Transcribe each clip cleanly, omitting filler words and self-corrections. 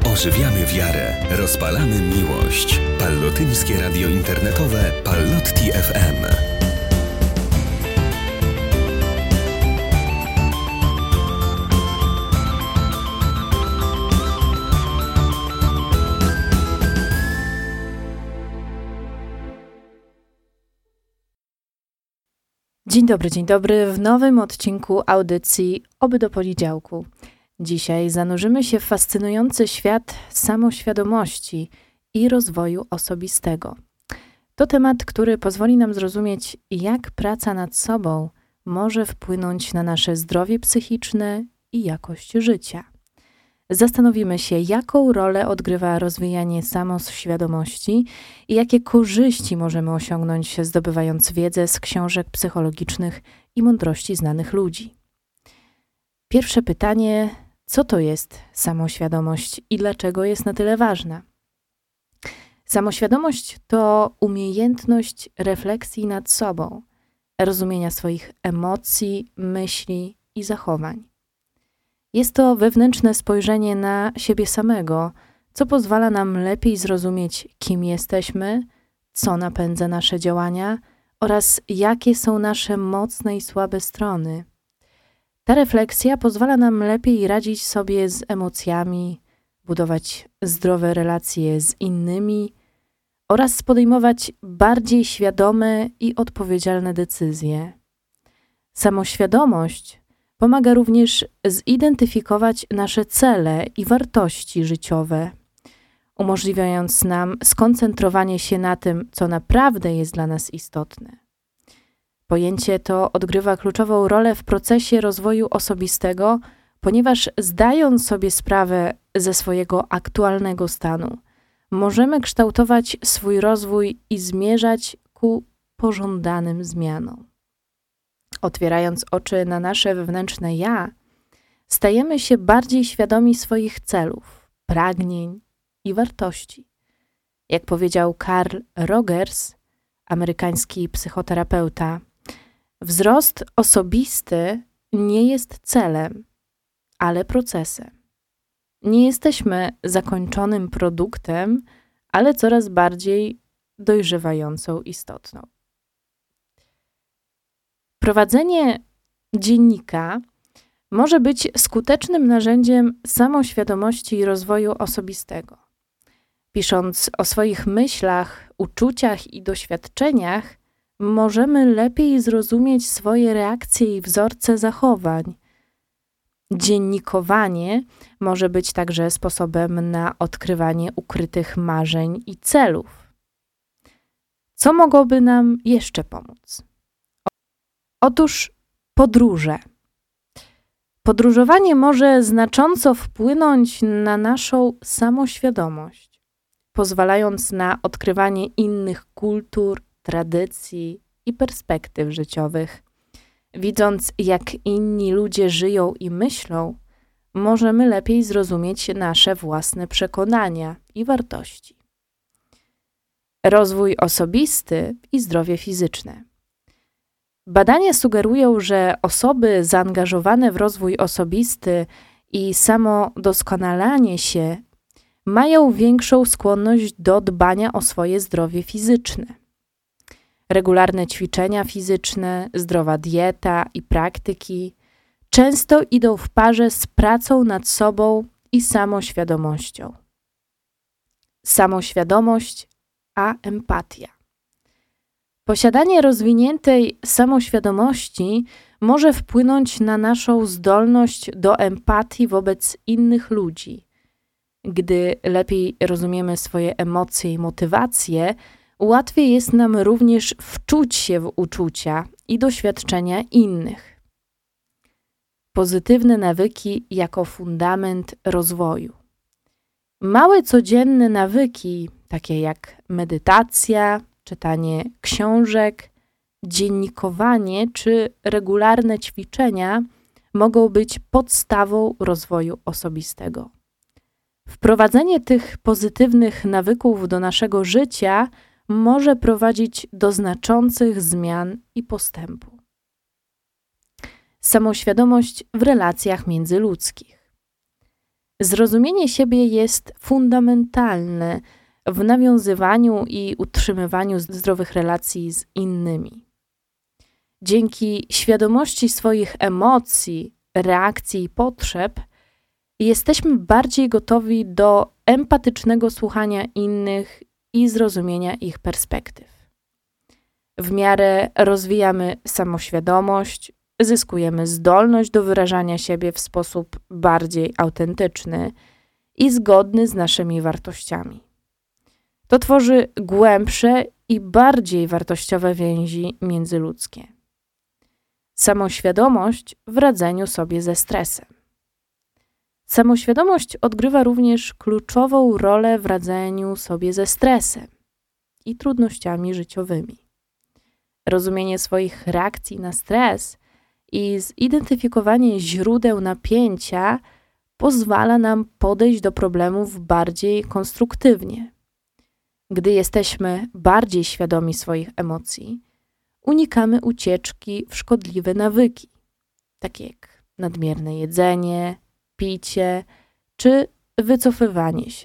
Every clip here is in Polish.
Ożywiamy wiarę, rozpalamy miłość. Pallotyńskie radio internetowe Pallotti FM. Dzień dobry w nowym odcinku audycji Oby do poniedziałku. Dzisiaj zanurzymy się w fascynujący świat samoświadomości i rozwoju osobistego. To temat, który pozwoli nam zrozumieć, jak praca nad sobą może wpłynąć na nasze zdrowie psychiczne i jakość życia. Zastanowimy się, jaką rolę odgrywa rozwijanie samoświadomości i jakie korzyści możemy osiągnąć, zdobywając wiedzę z książek psychologicznych i mądrości znanych ludzi. Pierwsze pytanie: co to jest samoświadomość i dlaczego jest na tyle ważna? Samoświadomość to umiejętność refleksji nad sobą, rozumienia swoich emocji, myśli i zachowań. Jest to wewnętrzne spojrzenie na siebie samego, co pozwala nam lepiej zrozumieć, kim jesteśmy, co napędza nasze działania oraz jakie są nasze mocne i słabe strony. Ta refleksja pozwala nam lepiej radzić sobie z emocjami, budować zdrowe relacje z innymi oraz podejmować bardziej świadome i odpowiedzialne decyzje. Samoświadomość pomaga również zidentyfikować nasze cele i wartości życiowe, umożliwiając nam skoncentrowanie się na tym, co naprawdę jest dla nas istotne. Pojęcie to odgrywa kluczową rolę w procesie rozwoju osobistego, ponieważ zdając sobie sprawę ze swojego aktualnego stanu, możemy kształtować swój rozwój i zmierzać ku pożądanym zmianom. Otwierając oczy na nasze wewnętrzne ja, stajemy się bardziej świadomi swoich celów, pragnień i wartości. Jak powiedział Carl Rogers, amerykański psychoterapeuta, wzrost osobisty nie jest celem, ale procesem. Nie jesteśmy zakończonym produktem, ale coraz bardziej dojrzewającą istotą. Prowadzenie dziennika może być skutecznym narzędziem samoświadomości i rozwoju osobistego. Pisząc o swoich myślach, uczuciach i doświadczeniach, możemy lepiej zrozumieć swoje reakcje i wzorce zachowań. Dziennikowanie może być także sposobem na odkrywanie ukrytych marzeń i celów. Co mogłoby nam jeszcze pomóc? Otóż podróże. Podróżowanie może znacząco wpłynąć na naszą samoświadomość, pozwalając na odkrywanie innych kultur, tradycji i perspektyw życiowych. Widząc, jak inni ludzie żyją i myślą, możemy lepiej zrozumieć nasze własne przekonania i wartości. Rozwój osobisty i zdrowie fizyczne. Badania sugerują, że osoby zaangażowane w rozwój osobisty i samodoskonalanie się mają większą skłonność do dbania o swoje zdrowie fizyczne. Regularne ćwiczenia fizyczne, zdrowa dieta i praktyki często idą w parze z pracą nad sobą i samoświadomością. Samoświadomość a empatia. Posiadanie rozwiniętej samoświadomości może wpłynąć na naszą zdolność do empatii wobec innych ludzi. Gdy lepiej rozumiemy swoje emocje i motywacje, łatwiej jest nam również wczuć się w uczucia i doświadczenia innych. Pozytywne nawyki jako fundament rozwoju. Małe codzienne nawyki, takie jak medytacja, czytanie książek, dziennikowanie czy regularne ćwiczenia mogą być podstawą rozwoju osobistego. Wprowadzenie tych pozytywnych nawyków do naszego życia może prowadzić do znaczących zmian i postępu. Samoświadomość w relacjach międzyludzkich. Zrozumienie siebie jest fundamentalne w nawiązywaniu i utrzymywaniu zdrowych relacji z innymi. Dzięki świadomości swoich emocji, reakcji i potrzeb jesteśmy bardziej gotowi do empatycznego słuchania innych i zrozumienia ich perspektyw. W miarę rozwijamy samoświadomość, zyskujemy zdolność do wyrażania siebie w sposób bardziej autentyczny i zgodny z naszymi wartościami. To tworzy głębsze i bardziej wartościowe więzi międzyludzkie. Samoświadomość w radzeniu sobie ze stresem. Samoświadomość odgrywa również kluczową rolę w radzeniu sobie ze stresem i trudnościami życiowymi. Rozumienie swoich reakcji na stres i zidentyfikowanie źródeł napięcia pozwala nam podejść do problemów bardziej konstruktywnie. Gdy jesteśmy bardziej świadomi swoich emocji, unikamy ucieczki w szkodliwe nawyki, takie jak nadmierne jedzenie, picie czy wycofywanie się.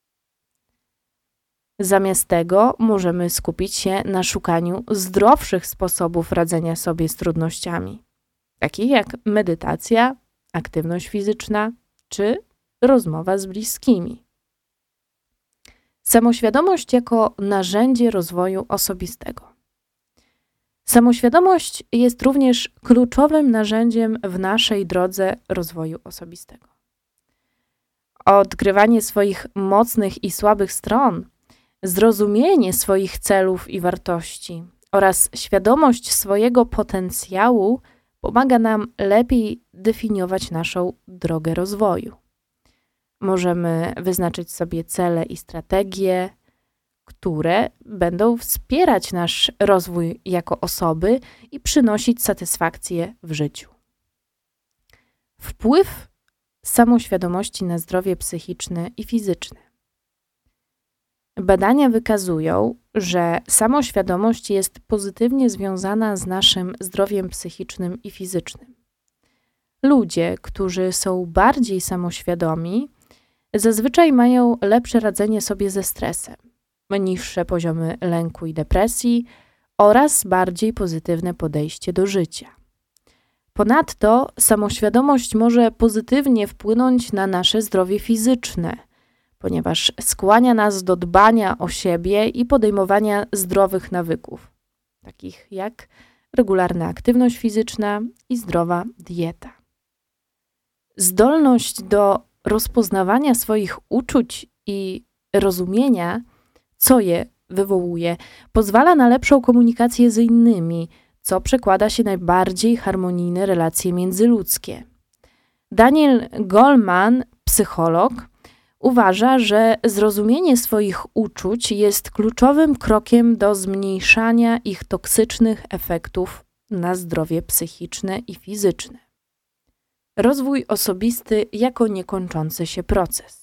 Zamiast tego możemy skupić się na szukaniu zdrowszych sposobów radzenia sobie z trudnościami, takich jak medytacja, aktywność fizyczna czy rozmowa z bliskimi. Samoświadomość jako narzędzie rozwoju osobistego. Samoświadomość jest również kluczowym narzędziem w naszej drodze rozwoju osobistego. Odkrywanie swoich mocnych i słabych stron, zrozumienie swoich celów i wartości oraz świadomość swojego potencjału pomaga nam lepiej definiować naszą drogę rozwoju. Możemy wyznaczyć sobie cele i strategie, które będą wspierać nasz rozwój jako osoby i przynosić satysfakcję w życiu. Wpływ samoświadomości na zdrowie psychiczne i fizyczne. Badania wykazują, że samoświadomość jest pozytywnie związana z naszym zdrowiem psychicznym i fizycznym. Ludzie, którzy są bardziej samoświadomi, zazwyczaj mają lepsze radzenie sobie ze stresem, niższe poziomy lęku i depresji oraz bardziej pozytywne podejście do życia. Ponadto samoświadomość może pozytywnie wpłynąć na nasze zdrowie fizyczne, ponieważ skłania nas do dbania o siebie i podejmowania zdrowych nawyków, takich jak regularna aktywność fizyczna i zdrowa dieta. Zdolność do rozpoznawania swoich uczuć i rozumienia, co je wywołuje, pozwala na lepszą komunikację z innymi, co przekłada się na bardziej harmonijne relacje międzyludzkie. Daniel Goleman, psycholog, uważa, że zrozumienie swoich uczuć jest kluczowym krokiem do zmniejszania ich toksycznych efektów na zdrowie psychiczne i fizyczne. Rozwój osobisty jako niekończący się proces.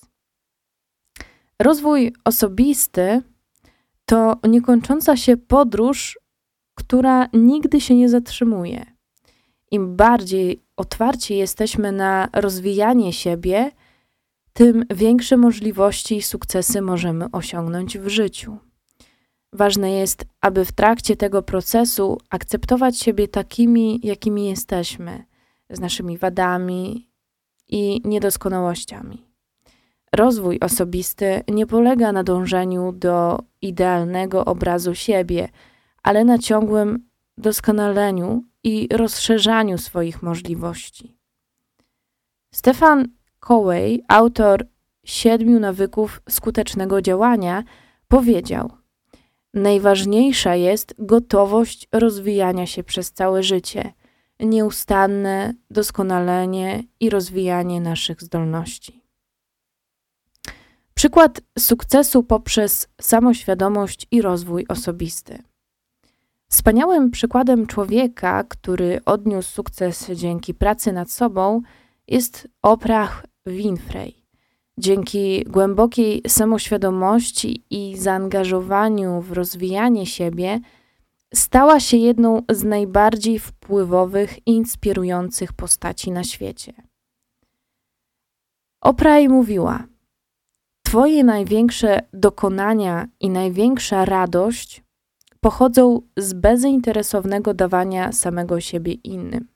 Rozwój osobisty to niekończąca się podróż, która nigdy się nie zatrzymuje. Im bardziej otwarci jesteśmy na rozwijanie siebie, tym większe możliwości i sukcesy możemy osiągnąć w życiu. Ważne jest, aby w trakcie tego procesu akceptować siebie takimi, jakimi jesteśmy, z naszymi wadami i niedoskonałościami. Rozwój osobisty nie polega na dążeniu do idealnego obrazu siebie, ale na ciągłym doskonaleniu i rozszerzaniu swoich możliwości. Stephen Covey, autor 7 nawyków skutecznego działania, powiedział: najważniejsza jest gotowość rozwijania się przez całe życie, nieustanne doskonalenie i rozwijanie naszych zdolności. Przykład sukcesu poprzez samoświadomość i rozwój osobisty. Wspaniałym przykładem człowieka, który odniósł sukces dzięki pracy nad sobą, jest Oprah Winfrey. Dzięki głębokiej samoświadomości i zaangażowaniu w rozwijanie siebie stała się jedną z najbardziej wpływowych i inspirujących postaci na świecie. Oprah mówiła: Twoje największe dokonania i największa radość pochodzą z bezinteresownego dawania samego siebie innym.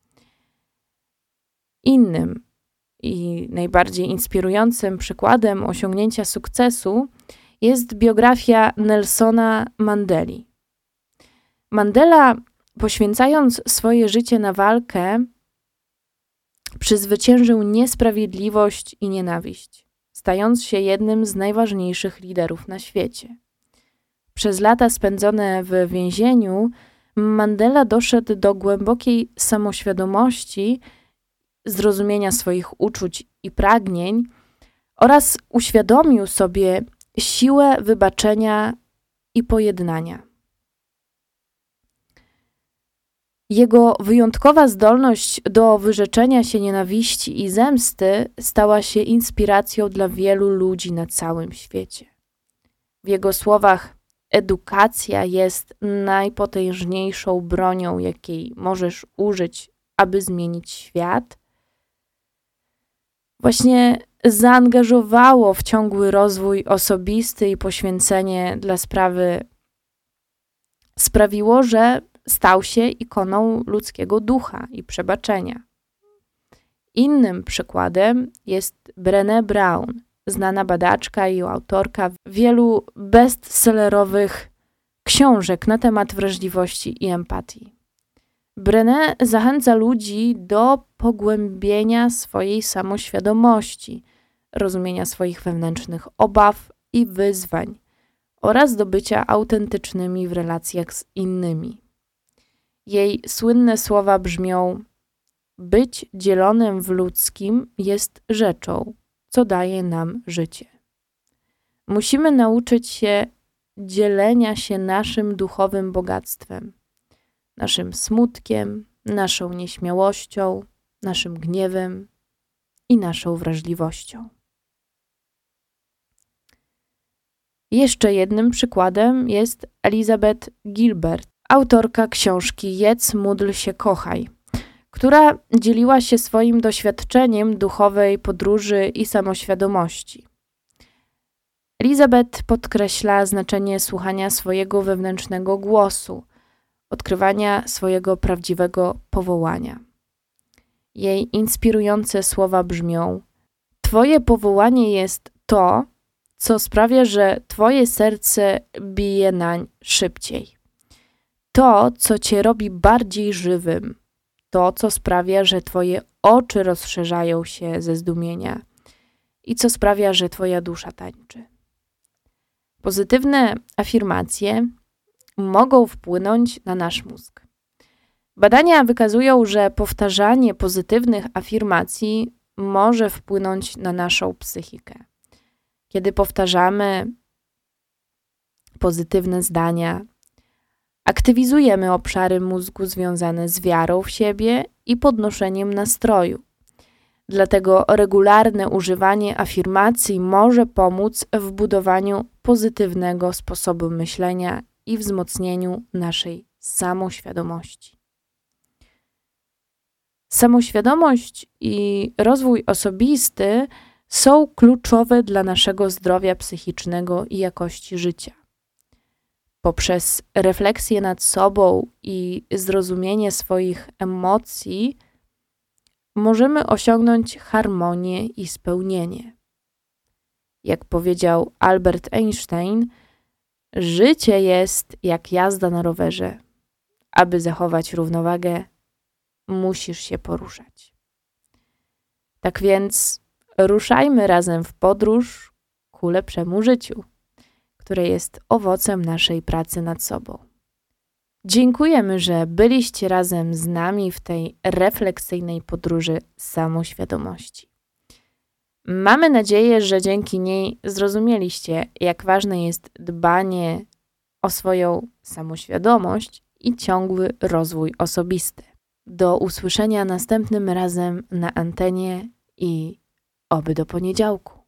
Innym i najbardziej inspirującym przykładem osiągnięcia sukcesu jest biografia Nelsona Mandeli. Mandela, poświęcając swoje życie na walkę, przezwyciężył niesprawiedliwość i nienawiść, stając się jednym z najważniejszych liderów na świecie. Przez lata spędzone w więzieniu Mandela doszedł do głębokiej samoświadomości, zrozumienia swoich uczuć i pragnień oraz uświadomił sobie siłę wybaczenia i pojednania. Jego wyjątkowa zdolność do wyrzeczenia się nienawiści i zemsty stała się inspiracją dla wielu ludzi na całym świecie. W jego słowach: edukacja jest najpotężniejszą bronią, jakiej możesz użyć, aby zmienić świat. Właśnie zaangażowało w ciągły rozwój osobisty i poświęcenie dla sprawy sprawiło, że stał się ikoną ludzkiego ducha i przebaczenia. Innym przykładem jest Brené Brown, znana badaczka i autorka wielu bestsellerowych książek na temat wrażliwości i empatii. Brené zachęca ludzi do pogłębienia swojej samoświadomości, rozumienia swoich wewnętrznych obaw i wyzwań oraz do bycia autentycznymi w relacjach z innymi. Jej słynne słowa brzmią: być dzielonym w ludzkim jest rzeczą, co daje nam życie. Musimy nauczyć się dzielenia się naszym duchowym bogactwem, naszym smutkiem, naszą nieśmiałością, naszym gniewem i naszą wrażliwością. Jeszcze jednym przykładem jest Elizabeth Gilbert, autorka książki Jedz, módl się, kochaj, która dzieliła się swoim doświadczeniem duchowej podróży i samoświadomości. Elizabeth podkreśla znaczenie słuchania swojego wewnętrznego głosu, odkrywania swojego prawdziwego powołania. Jej inspirujące słowa brzmią: Twoje powołanie jest to, co sprawia, że Twoje serce bije nań szybciej. To, co Cię robi bardziej żywym. To, co sprawia, że Twoje oczy rozszerzają się ze zdumienia i co sprawia, że Twoja dusza tańczy. Pozytywne afirmacje mogą wpłynąć na nasz mózg. Badania wykazują, że powtarzanie pozytywnych afirmacji może wpłynąć na naszą psychikę. Kiedy powtarzamy pozytywne zdania, aktywizujemy obszary mózgu związane z wiarą w siebie i podnoszeniem nastroju. Dlatego regularne używanie afirmacji może pomóc w budowaniu pozytywnego sposobu myślenia i wzmocnieniu naszej samoświadomości. Samoświadomość i rozwój osobisty są kluczowe dla naszego zdrowia psychicznego i jakości życia. Poprzez refleksję nad sobą i zrozumienie swoich emocji możemy osiągnąć harmonię i spełnienie. Jak powiedział Albert Einstein, życie jest jak jazda na rowerze. Aby zachować równowagę, musisz się poruszać. Tak więc ruszajmy razem w podróż ku lepszemu życiu, które jest owocem naszej pracy nad sobą. Dziękujemy, że byliście razem z nami w tej refleksyjnej podróży samoświadomości. Mamy nadzieję, że dzięki niej zrozumieliście, jak ważne jest dbanie o swoją samoświadomość i ciągły rozwój osobisty. Do usłyszenia następnym razem na antenie i oby do poniedziałku.